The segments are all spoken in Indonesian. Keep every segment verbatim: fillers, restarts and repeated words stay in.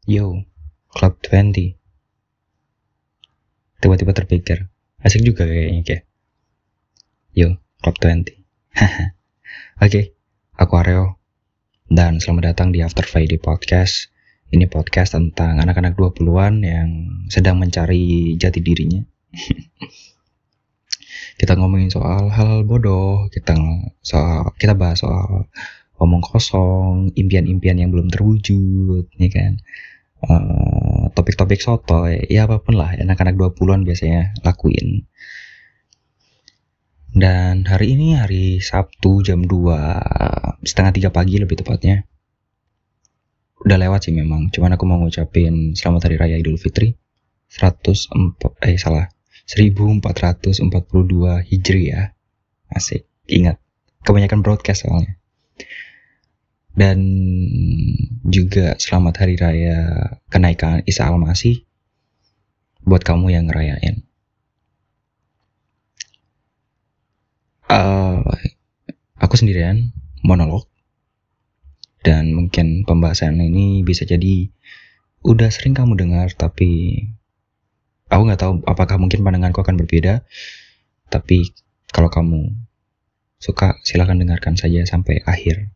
Yo, Club dua puluh. Tiba-tiba terpikir, asik juga kayaknya kayak. Yo, Club dua puluh. Oke, okay, aku Aryo. Dan selamat datang di After Friday Podcast. Ini podcast tentang anak-anak dua puluhan yang sedang mencari jati dirinya. Kita ngomongin soal hal-hal bodoh, kita soal kita bahas soal omong kosong, impian-impian yang belum terwujud, ya kan? Uh, topik-topik sotoy, ya apapun lah anak-anak dua puluhan biasanya lakuin. Dan hari ini hari Sabtu jam dua setengah tiga pagi lebih tepatnya. Udah lewat sih memang, cuman aku mau ngucapin selamat hari raya Idul Fitri seratus empat eh salah seribu empat ratus empat puluh dua Hijriah. Asik, ingat. Kebanyakan broadcast soalnya. Dan juga selamat hari raya kenaikan Isa Al-Masih buat kamu yang ngerayain. Uh, aku sendirian monolog, dan mungkin pembahasan ini bisa jadi udah sering kamu dengar, tapi aku nggak tahu apakah mungkin pandanganku akan berbeda. Tapi kalau kamu suka, silakan dengarkan saja sampai akhir.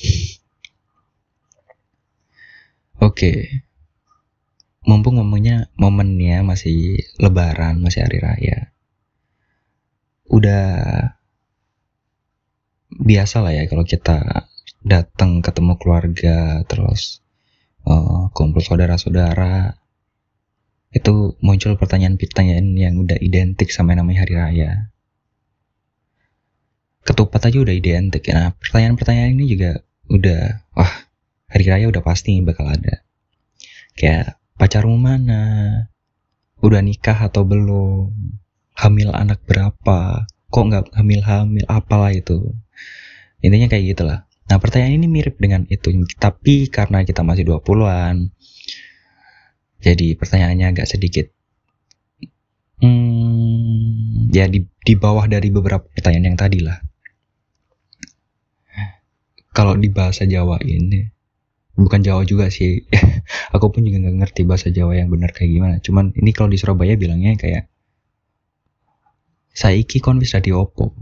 Oke, okay. Mumpung ngomongnya momennya masih Lebaran, masih hari raya, udah biasa lah ya kalau kita datang ketemu keluarga, terus uh, kumpul saudara-saudara, itu muncul pertanyaan-pertanyaan yang udah identik sama yang namanya hari raya. Ketupat aja udah identik. Nah, pertanyaan-pertanyaan ini juga udah, wah, hari raya udah pasti bakal ada. Kayak, pacarmu mana? Udah nikah atau belum? Hamil anak berapa? Kok gak hamil-hamil? Apalah itu. Intinya kayak gitulah. Nah, pertanyaan ini mirip dengan itu. Tapi karena kita masih dua puluhan, jadi pertanyaannya agak sedikit Hmm, ya di, di bawah dari beberapa pertanyaan yang tadi lah. Kalau di bahasa Jawa ini, bukan Jawa juga sih, aku pun juga nggak ngerti bahasa Jawa yang benar kayak gimana. Cuman ini kalau di Surabaya bilangnya kayak saiki kon wis dadi opo.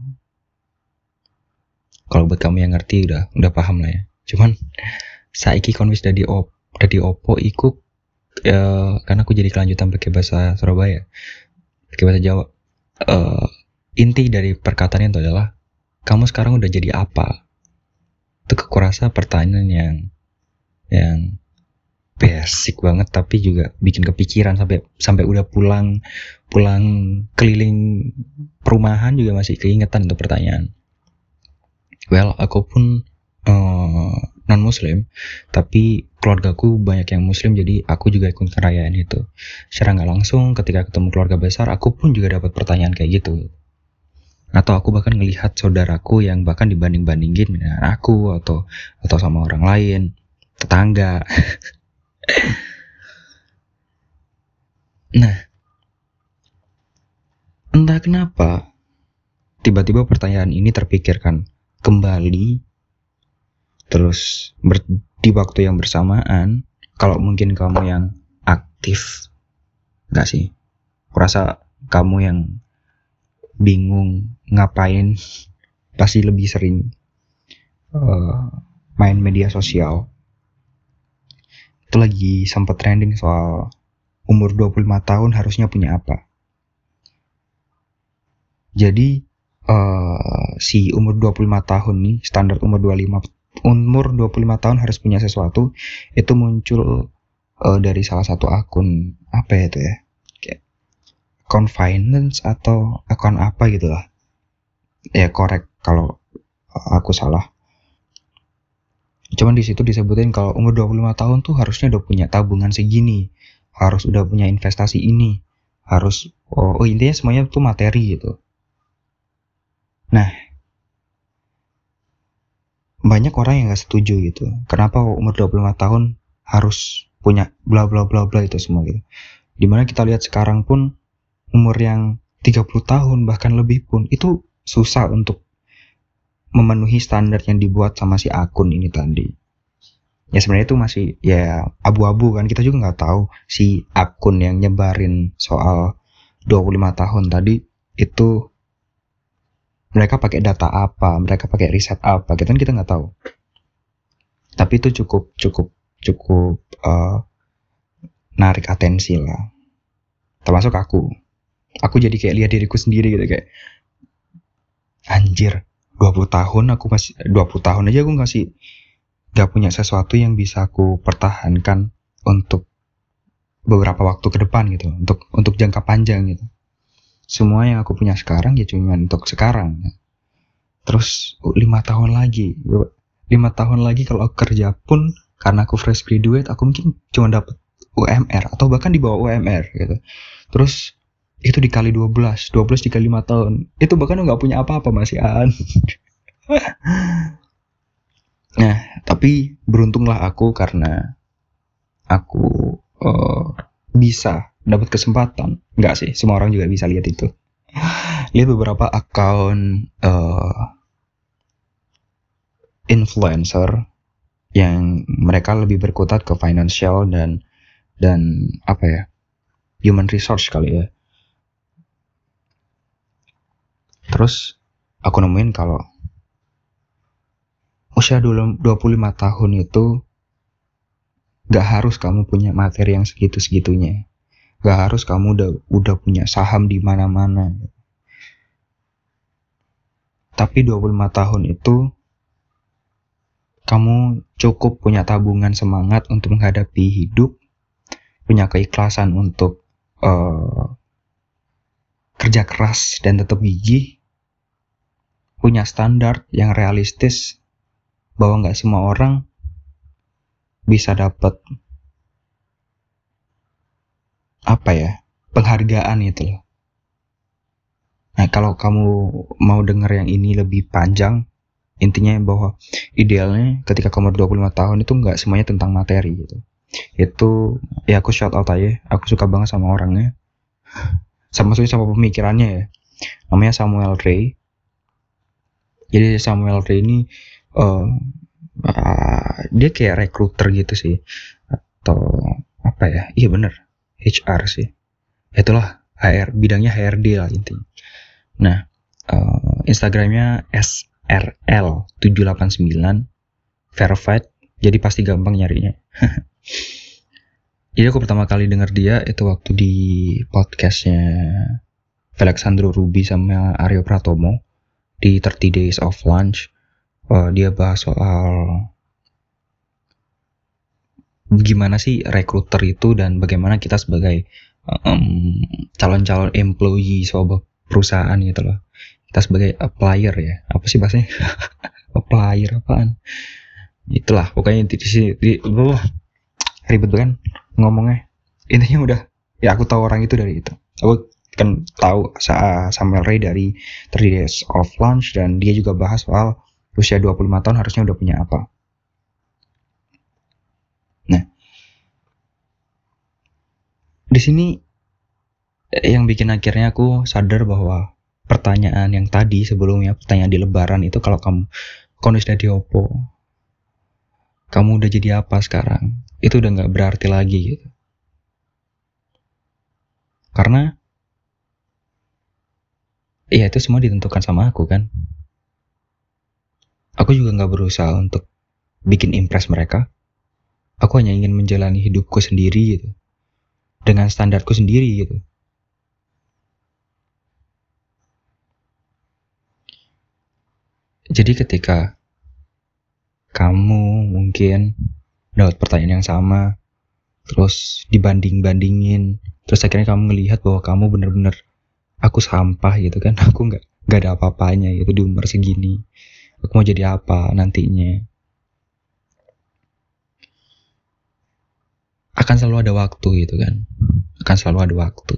Kalau buat kamu yang ngerti udah udah paham lah ya. Cuman saiki kon wis dadi opo, dadi opo iku ya, karena aku jadi kelanjutan pakai bahasa Surabaya, pakai bahasa Jawa. Uh, inti dari perkataannya itu adalah kamu sekarang udah jadi apa? Itu aku rasa pertanyaan yang yang basic banget, tapi juga bikin kepikiran sampai sampai udah pulang pulang keliling perumahan juga masih keingetan itu pertanyaan. Well, aku pun uh, non muslim, tapi keluargaku banyak yang muslim, jadi aku juga ikut ngerayain itu. Secara nggak langsung ketika ketemu keluarga besar, aku pun juga dapat pertanyaan kayak gitu. Atau aku bahkan ngelihat saudaraku yang bahkan dibanding-bandingin dengan aku atau atau sama orang lain, tetangga. Nah, entah kenapa tiba-tiba pertanyaan ini terpikirkan kembali, terus ber, di waktu yang bersamaan. Kalau mungkin kamu yang aktif, nggak sih? Aku rasa kamu yang bingung ngapain pasti lebih sering uh, main media sosial. Itu lagi sempat trending soal umur dua puluh lima tahun harusnya punya apa. Jadi uh, si umur dua puluh lima tahun nih, standar umur dua puluh lima umur dua puluh lima tahun harus punya sesuatu, itu muncul uh, dari salah satu akun apa ya itu ya? Kayak account finance atau akun apa gitu lah. Ya korek kalau aku salah. Cuman di situ disebutin kalau umur dua puluh lima tahun tuh harusnya udah punya tabungan segini, harus udah punya investasi ini, harus oh, oh intinya semuanya tuh materi gitu. Nah, banyak orang yang nggak setuju gitu. Kenapa umur dua puluh lima tahun harus punya bla bla bla bla itu semua gitu. Dimana kita lihat sekarang pun umur yang tiga puluh tahun bahkan lebih pun itu susah untuk memenuhi standar yang dibuat sama si akun ini tadi. Ya sebenarnya itu masih ya abu-abu kan, kita juga nggak tahu si akun yang nyebarin soal dua puluh lima tahun tadi itu mereka pakai data apa, mereka pakai riset apa, kita kan kita nggak tahu. Tapi itu cukup cukup cukup uh, narik atensi lah, termasuk aku. Aku jadi kayak lihat diriku sendiri gitu, kayak anjir, dua puluh tahun aku masih dua puluh tahun aja aku masih gak punya sesuatu yang bisa aku pertahankan untuk beberapa waktu ke depan gitu, untuk untuk jangka panjang gitu. Semua yang aku punya sekarang ya cuma untuk sekarang. Terus lima tahun lagi, lima tahun lagi kalau aku kerja pun karena aku fresh graduate, aku mungkin cuma dapat U M R atau bahkan di bawah U M R gitu. Terus itu dikali dua belas, dua belas dikali lima tahun, itu bahkan nggak punya apa-apa masih an. Nah, tapi beruntunglah aku karena aku uh, bisa dapat kesempatan. Enggak sih, semua orang juga bisa lihat itu. Lihat beberapa akun uh, influencer yang mereka lebih berkutat ke financial dan dan apa ya, human resource kali ya. Terus aku nemuin kalau usia dua puluh lima tahun itu gak harus kamu punya materi yang segitu-segitunya. Gak harus kamu udah udah punya saham di mana-mana. Tapi dua puluh lima tahun itu kamu cukup punya tabungan semangat untuk menghadapi hidup, punya keikhlasan untuk uh, kerja keras dan tetap gigih, punya standar yang realistis bahwa nggak semua orang bisa dapat apa ya, penghargaan itu loh. Nah, kalau kamu mau denger yang ini lebih panjang, intinya bahwa idealnya ketika kamu dua puluh lima tahun itu nggak semuanya tentang materi gitu. Itu ya aku shout out aja, aku suka banget sama orangnya, sama maksudnya sama pemikirannya ya. Namanya Samuel Ray. Jadi Samuel Ray ini uh, uh, dia kayak recruiter gitu sih, atau apa ya, iya bener H R sih, itulah H R, bidangnya H R D lah intinya. Nah, uh, Instagramnya S R L tujuh delapan sembilan verified, jadi pasti gampang nyarinya. Jadi aku pertama kali denger dia itu waktu di podcastnya Alexandro Ruby sama Aryo Pratomo di thirty days of lunch. Uh, dia bahas soal gimana sih rekruter itu dan bagaimana kita sebagai um, calon-calon employee sebuah perusahaan gitu loh. Kita sebagai applier ya, apa sih bahasanya? Applier apaan? Itulah pokoknya di sini di, oh, ribet banget ngomongnya. Intinya udah ya, aku tahu orang itu dari itu. Aku kan tahu Samuel Ray dari thirty days of lunch, dan dia juga bahas soal usia dua puluh lima tahun harusnya udah punya apa. Nah, di sini yang bikin akhirnya aku sadar bahwa pertanyaan yang tadi sebelumnya, pertanyaan di lebaran itu, kalau kamu kondisi di opo, kamu udah jadi apa sekarang, itu udah gak berarti lagi gitu. Karena ya itu semua ditentukan sama aku kan. Aku juga gak berusaha untuk bikin impress mereka. Aku hanya ingin menjalani hidupku sendiri gitu, dengan standarku sendiri gitu. Jadi ketika kamu mungkin dapat pertanyaan yang sama, terus dibanding-bandingin, terus akhirnya kamu ngelihat bahwa kamu bener-bener, aku sampah gitu kan, aku nggak nggak ada apa-apanya gitu di umur segini, aku mau jadi apa nantinya. Akan selalu ada waktu gitu kan, akan selalu ada waktu.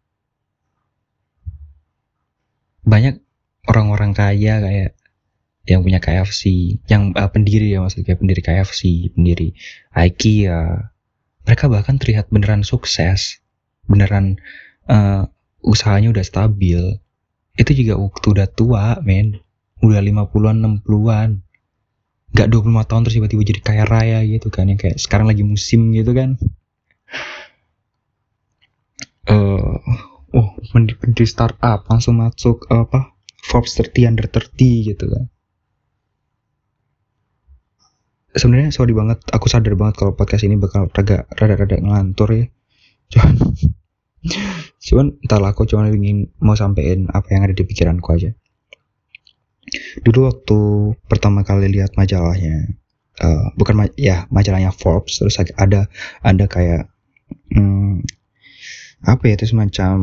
Banyak orang-orang kaya kayak yang punya K F C, yang uh, pendiri ya maksudnya pendiri K F C, pendiri IKEA, mereka bahkan terlihat beneran sukses, beneran uh, usahanya udah stabil. Itu juga waktu udah tua men, udah lima puluhan enam puluhan, nggak dua puluh lima tahun terus tiba-tiba jadi kaya raya gitu kan, yang kayak sekarang lagi musim gitu kan. uh, oh menteri startup langsung masuk uh, apa Forbes tiga puluh under tiga puluh gitu kan. Sebenarnya sorry banget, aku sadar banget kalau podcast ini bakal rada rada ngelantur ya. Cuman cuman entahlah, aku cuma ingin mau sampein apa yang ada di pikiranku aja. Dulu waktu pertama kali lihat majalahnya, uh, bukan ma- ya majalahnya Forbes, terus ada ada kayak hmm, apa ya, itu semacam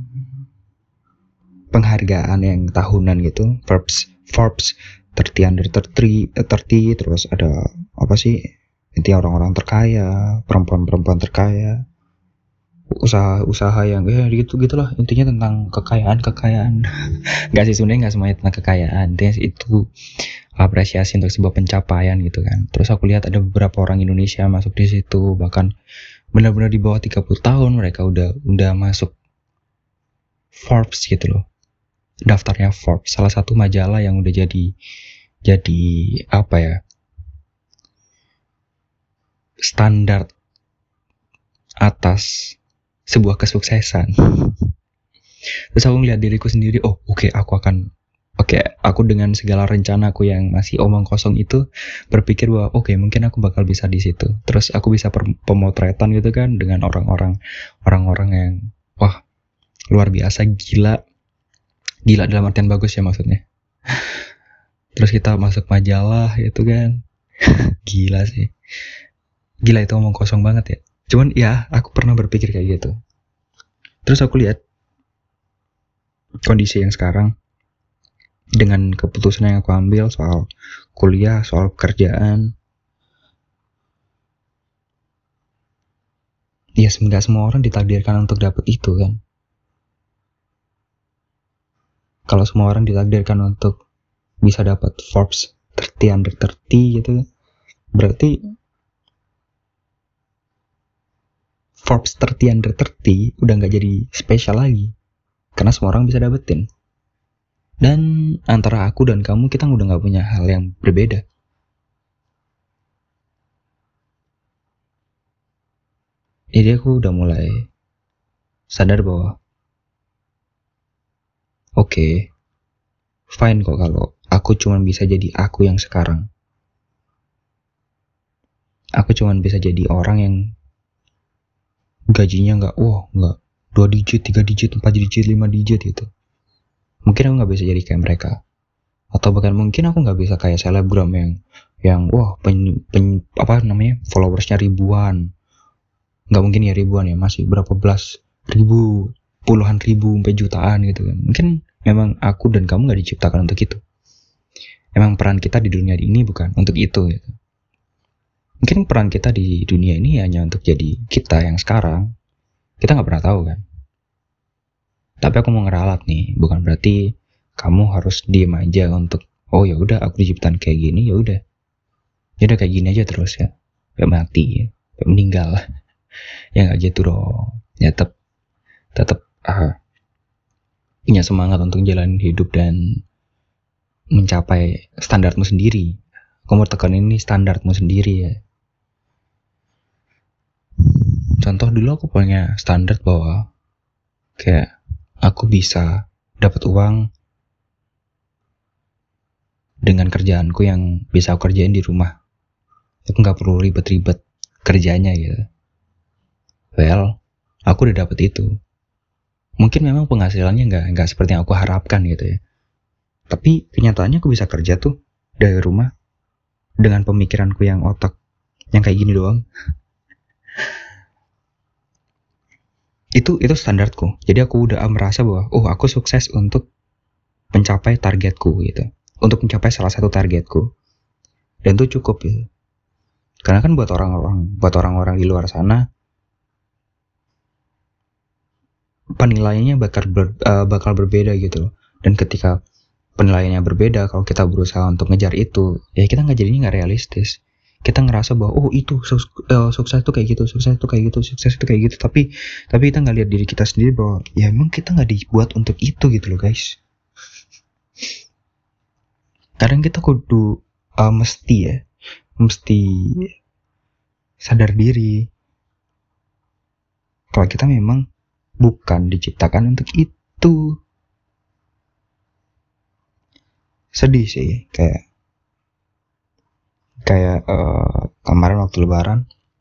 penghargaan yang tahunan gitu, Forbes Forbes tiga puluh under tiga puluh, tiga puluh, terus ada apa sih, intinya orang-orang terkaya, perempuan-perempuan terkaya, usaha-usaha yang ya gitu gitulah, intinya tentang kekayaan kekayaan nggak sih, sebenarnya nggak semuanya tentang kekayaan, intinya itu apresiasi untuk sebuah pencapaian gitu kan. Terus aku lihat ada beberapa orang Indonesia masuk di situ, bahkan benar-benar di bawah tiga puluh tahun mereka udah udah masuk Forbes gitu loh, daftarnya Forbes, salah satu majalah yang udah jadi jadi apa ya, standar atas sebuah kesuksesan. Terus aku ngeliat diriku sendiri, oh oke okay, aku akan oke okay, aku dengan segala rencana aku yang masih omong kosong itu berpikir bahwa oke okay, mungkin aku bakal bisa di situ. Terus aku bisa pemotretan gitu kan dengan orang-orang orang-orang yang wah luar biasa, gila gila dalam artian bagus ya maksudnya. Terus kita masuk majalah itu kan gila sih, gila itu omong kosong banget ya. Cuman ya aku pernah berpikir kayak gitu. Terus aku lihat kondisi yang sekarang dengan keputusan yang aku ambil soal kuliah, soal pekerjaan. Ya nggak semua orang ditakdirkan untuk dapat itu kan. Kalau semua orang ditakdirkan untuk bisa dapat Forbes tiga puluh under tiga puluh gitu, berarti Forbes tiga puluh under tiga puluh udah nggak jadi spesial lagi, karena semua orang bisa dapetin. Dan antara aku dan kamu, kita udah nggak punya hal yang berbeda. Jadi aku udah mulai sadar bahwa oke, okay, fine kok kalau aku cuma bisa jadi aku yang sekarang. Aku cuma bisa jadi orang yang gajinya nggak, wah nggak dua digit, tiga digit, empat digit, lima digit gitu. Mungkin aku nggak bisa jadi kayak mereka, atau bahkan mungkin aku nggak bisa kayak selebgram yang yang wah pen, pen, apa namanya followersnya ribuan. Nggak mungkin ya ribuan ya, masih berapa belas ribu, puluhan ribu sampai jutaan gitu kan. Mungkin memang aku dan kamu nggak diciptakan untuk itu. Emang peran kita di dunia ini bukan untuk itu gitu. Mungkin peran kita di dunia ini hanya untuk jadi kita yang sekarang. Kita nggak pernah tahu kan. Tapi aku mau ngeralat nih, bukan berarti kamu harus diem aja untuk oh ya udah aku diciptakan kayak gini, ya udah. Ya udah kayak gini aja terus ya. Kayak mati ya, kayak meninggal. Ya nggak gitu dong. Ya tetap tetap ah, punya semangat untuk jalanin hidup dan mencapai standarmu sendiri. Kamu tekan ini standarmu sendiri ya. Contoh dulu aku punya standar bahwa kayak aku bisa dapat uang dengan kerjaanku yang bisa aku kerjain di rumah. Aku nggak perlu ribet-ribet kerjanya gitu. Well, aku udah dapet itu. Mungkin memang penghasilannya nggak nggak seperti yang aku harapkan gitu ya. Tapi kenyataannya aku bisa kerja tuh dari rumah dengan pemikiranku yang otak yang kayak gini doang. Itu itu standarku. Jadi aku udah merasa bahwa oh aku sukses untuk mencapai targetku gitu. Untuk mencapai salah satu targetku. Dan itu cukup gitu. Karena kan buat orang-orang buat orang-orang di luar sana penilaiannya bakal ber, uh, bakal berbeda gitu loh. Dan ketika penilaiannya berbeda, kalau kita berusaha untuk ngejar itu, ya kita nggak jadinya nggak realistis. Kita ngerasa bahwa oh itu sukses, uh, sukses itu kayak gitu, sukses itu kayak gitu, sukses itu kayak gitu. Tapi tapi kita nggak lihat diri kita sendiri bahwa ya emang kita nggak dibuat untuk itu gitu loh guys. Kadang kita kudu uh, mesti ya, mesti sadar diri kalau kita memang bukan diciptakan untuk itu. Sedih sih, kayak kayak uh, kemarin waktu lebaran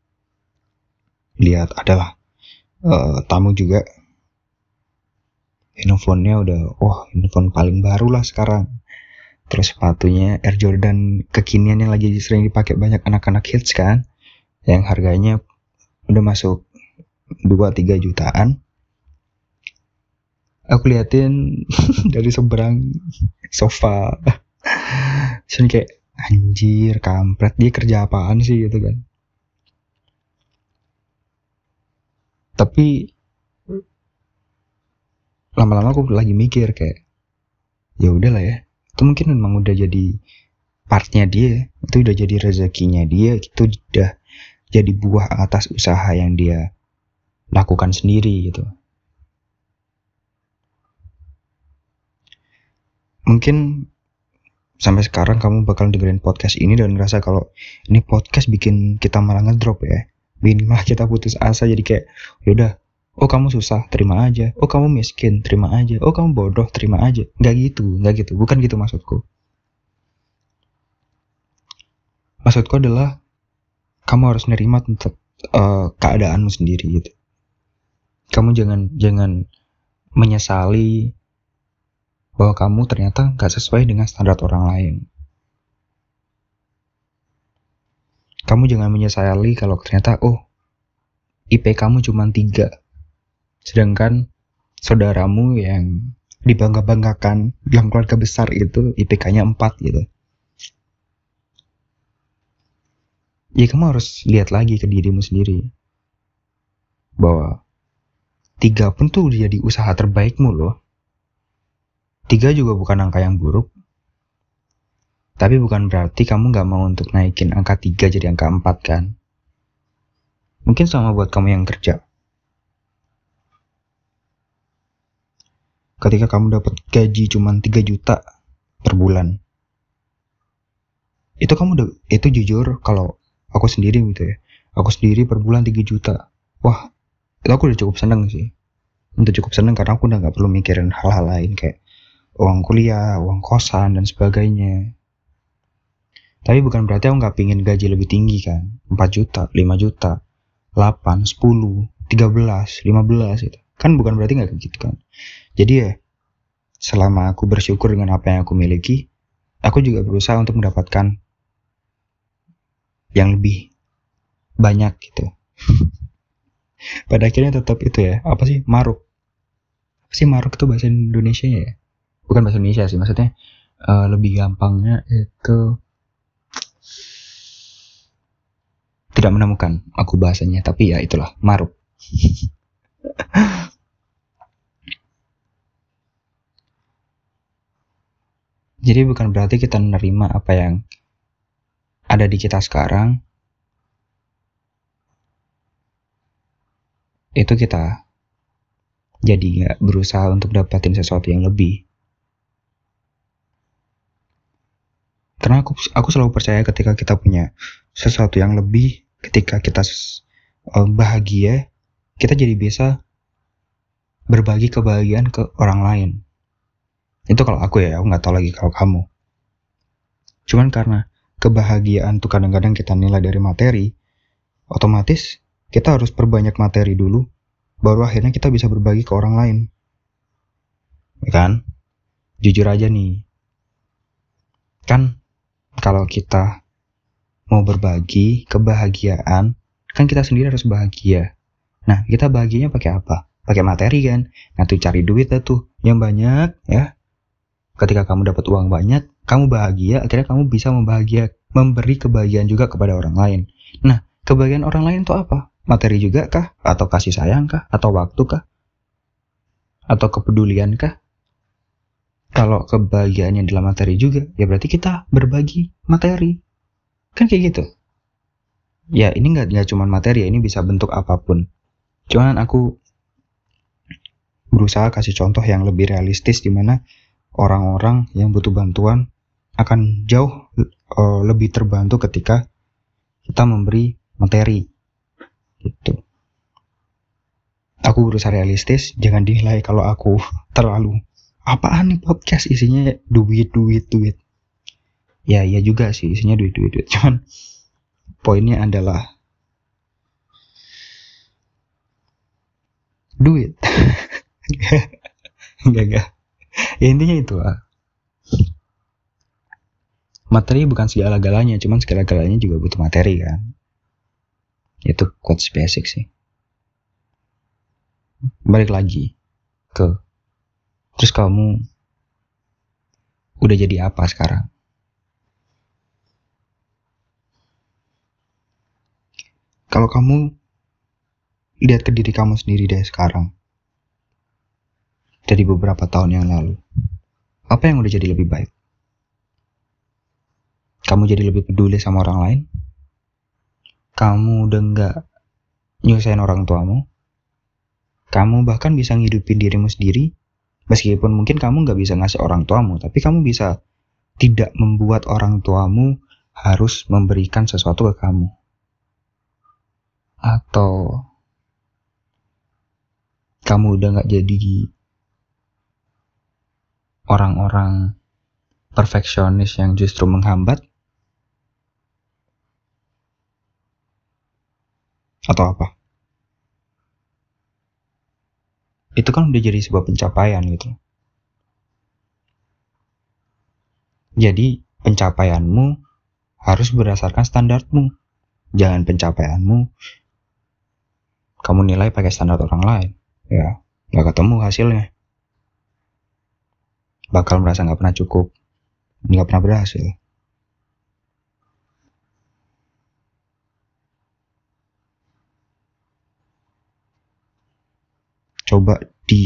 lihat adalah uh, tamu juga handphonenya udah wah handphone paling baru lah sekarang, terus sepatunya Air Jordan kekinian yang lagi sering dipakai banyak anak-anak hits kan, yang harganya udah masuk dua tiga jutaan. Aku liatin dari seberang sofa. Terus kayak anjir kampret, dia kerja apaan sih gitu kan. Tapi lama-lama aku lagi mikir kayak ya udahlah ya, itu mungkin memang udah jadi partnya dia, itu udah jadi rezekinya dia, itu udah jadi buah atas usaha yang dia lakukan sendiri gitu. Mungkin sampai sekarang kamu bakal dengerin podcast ini dan ngerasa kalau ini podcast bikin kita malah ngedrop ya, bikin malah kita putus asa, jadi kayak yaudah, oh kamu susah terima aja, oh kamu miskin terima aja, oh kamu bodoh terima aja. Nggak gitu, nggak gitu, bukan gitu maksudku. Maksudku adalah kamu harus nerima tentang uh, keadaanmu sendiri gitu. Kamu jangan jangan menyesali bahwa kamu ternyata gak sesuai dengan standar orang lain. Kamu jangan menyesali kalau ternyata oh I P kamu cuma tiga, sedangkan saudaramu yang dibangga-banggakan dalam keluarga besar itu I P K-nya empat gitu. Ya kamu harus lihat lagi ke dirimu sendiri bahwa tiga pun tuh jadi usaha terbaikmu loh. Tiga juga bukan angka yang buruk, tapi bukan berarti kamu gak mau untuk naikin angka tiga jadi angka empat kan. Mungkin sama buat kamu yang kerja. Ketika kamu dapat gaji cuma tiga juta per bulan, itu kamu udah, itu jujur kalau aku sendiri gitu ya, aku sendiri per bulan tiga juta, wah itu aku udah cukup seneng sih. Udah cukup seneng karena aku udah gak perlu mikirin hal-hal lain kayak uang kuliah, uang kosan dan sebagainya. Tapi bukan berarti aku gak pingin gaji lebih tinggi kan, empat juta, lima juta, delapan, sepuluh, tiga belas, lima belas gitu. Kan bukan berarti gak gitu kan. Jadi ya selama aku bersyukur dengan apa yang aku miliki, aku juga berusaha untuk mendapatkan yang lebih banyak gitu. Pada akhirnya tetap itu ya, apa sih maruk? Apa sih maruk itu bahasa Indonesia ya? Bukan bahasa Indonesia sih, maksudnya uh, lebih gampangnya itu tidak menemukan aku bahasanya, tapi ya itulah maruk. Jadi bukan berarti kita menerima apa yang ada di kita sekarang itu kita jadi gak berusaha untuk dapatin sesuatu yang lebih. Karena aku, aku selalu percaya ketika kita punya sesuatu yang lebih, ketika kita uh, bahagia, kita jadi bisa berbagi kebahagiaan ke orang lain. Itu kalau aku ya, aku gak tahu lagi kalau kamu. Cuman karena kebahagiaan tuh kadang-kadang kita nilai dari materi, otomatis kita harus perbanyak materi dulu, baru akhirnya kita bisa berbagi ke orang lain. Ya kan? Jujur aja nih. Kan kalau kita mau berbagi kebahagiaan, kan kita sendiri harus bahagia. Nah, kita bahagianya pakai apa? Pakai materi kan? Nah, tuh cari duit tuh yang banyak ya. Ketika kamu dapat uang banyak, kamu bahagia, akhirnya kamu bisa membahagia, memberi kebahagiaan juga kepada orang lain. Nah, kebahagiaan orang lain itu apa? Materi juga kah? Atau kasih sayang kah? Atau waktu kah? Atau kepedulian kah? Kalau kebahagiaan yang dalam materi juga, ya berarti kita berbagi materi. Kan kayak gitu. Ya ini gak, gak cuma materi ya, ini bisa bentuk apapun. Cuman aku berusaha kasih contoh yang lebih realistis, di mana orang-orang yang butuh bantuan akan jauh uh, lebih terbantu ketika kita memberi materi gitu. Aku berusaha realistis, jangan dinilai kalau aku terlalu apaan nih podcast isinya duit duit duit. Ya iya juga sih isinya duit duit duit. Cuman poinnya adalah duit. Enggak enggak. Ya intinya itu lah. Materi bukan segala-galanya, cuman segala-galanya juga butuh materi kan. Itu quotes basic sih. Balik lagi ke terus kamu udah jadi apa sekarang? Kalau kamu lihat ke diri kamu sendiri deh sekarang, dari beberapa tahun yang lalu, apa yang udah jadi lebih baik? Kamu jadi lebih peduli sama orang lain? Kamu udah gak nyusahin orang tuamu? Kamu bahkan bisa ngidupin dirimu sendiri? Meskipun mungkin kamu gak bisa ngasih orang tuamu, tapi kamu bisa tidak membuat orang tuamu harus memberikan sesuatu ke kamu. Atau kamu udah gak jadi orang-orang perfeksionis yang justru menghambat? Atau apa? Itu kan udah jadi sebuah pencapaian gitu. Jadi pencapaianmu harus berdasarkan standarmu. Jangan pencapaianmu kamu nilai pakai standar orang lain. Ya, gak ketemu hasilnya. Bakal merasa gak pernah cukup, gak pernah berhasil. Coba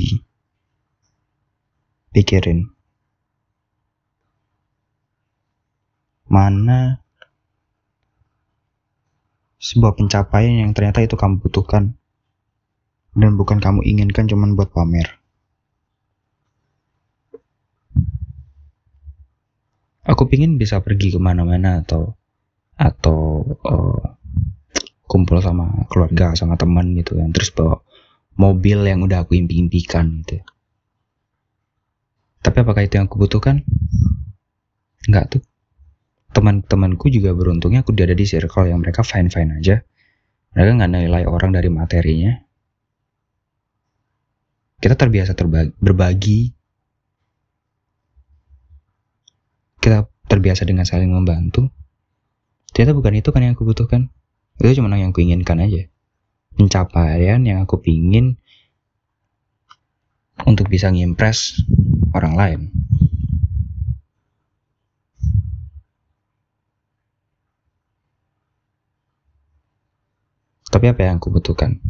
dipikirin, mana sebuah pencapaian yang ternyata itu kamu butuhkan dan bukan kamu inginkan cuman buat pamer. Aku pingin bisa pergi kemana-mana atau atau uh, kumpul sama keluarga, sama teman gitu yang terus bawa mobil yang udah aku impi-impikan gitu. Tapi apakah itu yang aku butuhkan? Enggak tuh. Teman-temanku juga beruntungnya aku ada di circle yang mereka fine-fine aja. Mereka nggak nilai orang dari materinya. Kita terbiasa terbagi, berbagi. Kita terbiasa dengan saling membantu. Ternyata bukan itu kan yang aku butuhkan. Itu cuma yang aku inginkan aja. Pencapaian yang aku pingin untuk bisa ngimpress orang lain. Tapi apa yang aku butuhkan?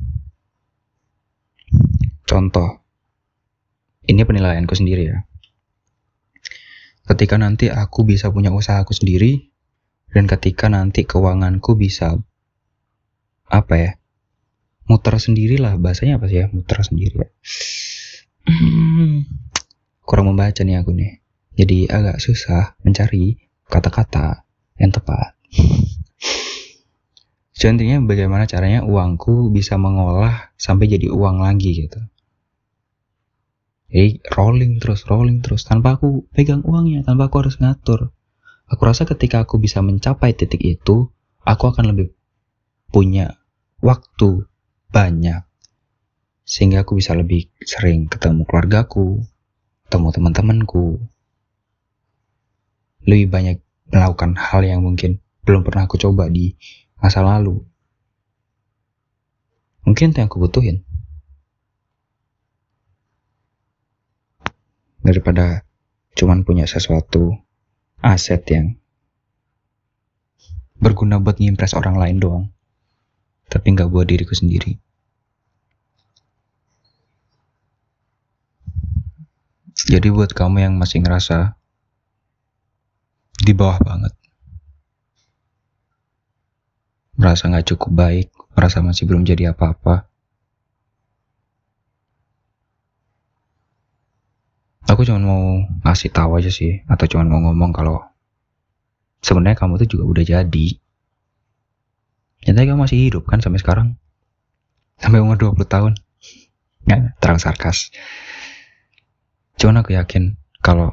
Contoh, ini penilaianku sendiri ya. Ketika nanti aku bisa punya usahaku sendiri, dan ketika nanti keuanganku bisa apa ya, muter sendiri lah, bahasanya apa sih ya, muter sendiri ya. Hmm, kurang membaca nih aku nih, jadi agak susah mencari kata-kata yang tepat. So, intinya bagaimana caranya uangku bisa mengolah sampai jadi uang lagi gitu. Jadi rolling terus, rolling terus tanpa aku pegang uangnya, tanpa aku harus ngatur. Aku rasa ketika aku bisa mencapai titik itu, aku akan lebih punya waktu banyak. Sehingga aku bisa lebih sering ketemu keluargaku, ketemu teman-temanku. Lebih banyak melakukan hal yang mungkin belum pernah aku coba di masa lalu. Mungkin itu yang aku butuhin. Daripada cuman punya sesuatu aset yang berguna buat ngimpress orang lain doang, tapi gak buat diriku sendiri. Jadi buat kamu yang masih ngerasa di bawah banget, merasa gak cukup baik, merasa masih belum jadi apa-apa, Aku cuma mau ngasih tahu aja sih, atau cuma mau ngomong kalau sebenarnya kamu tuh juga udah jadi. Nyatanya kamu masih hidup kan sampai sekarang, sampai umur dua puluh tahun. Nggak, terlalu sarkas. Cuman aku yakin kalau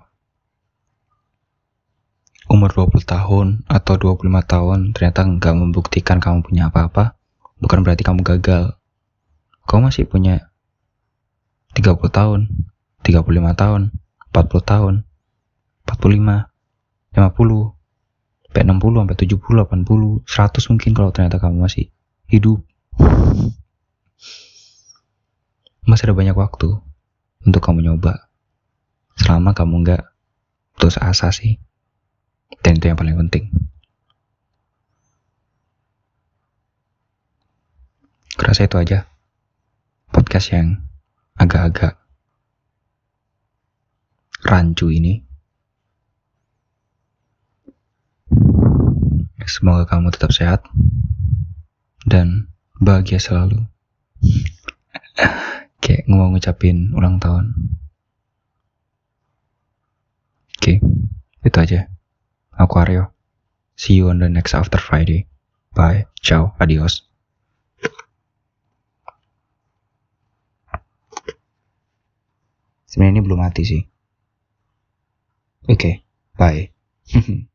umur dua puluh tahun atau dua puluh lima tahun ternyata nggak membuktikan kamu punya apa-apa, bukan berarti kamu gagal. Kamu masih punya tiga puluh tahun, tiga puluh lima tahun, empat puluh tahun, empat puluh lima, lima puluh, sampai enam puluh, sampai tujuh puluh, delapan puluh, seratus mungkin kalau ternyata kamu masih hidup. Masih ada banyak waktu untuk kamu nyoba. Selama kamu nggak putus asa sih. Dan itu yang paling penting. Kerasa itu aja podcast yang agak-agak rancu ini. Semoga kamu tetap sehat dan bahagia selalu. Kayak mau ngucapin ulang tahun. Oke, itu aja. Aku Aryo. See you on the next After Friday. Bye. Ciao. Adios. Sebenarnya ini belum mati sih. Oke. Okay. Bye.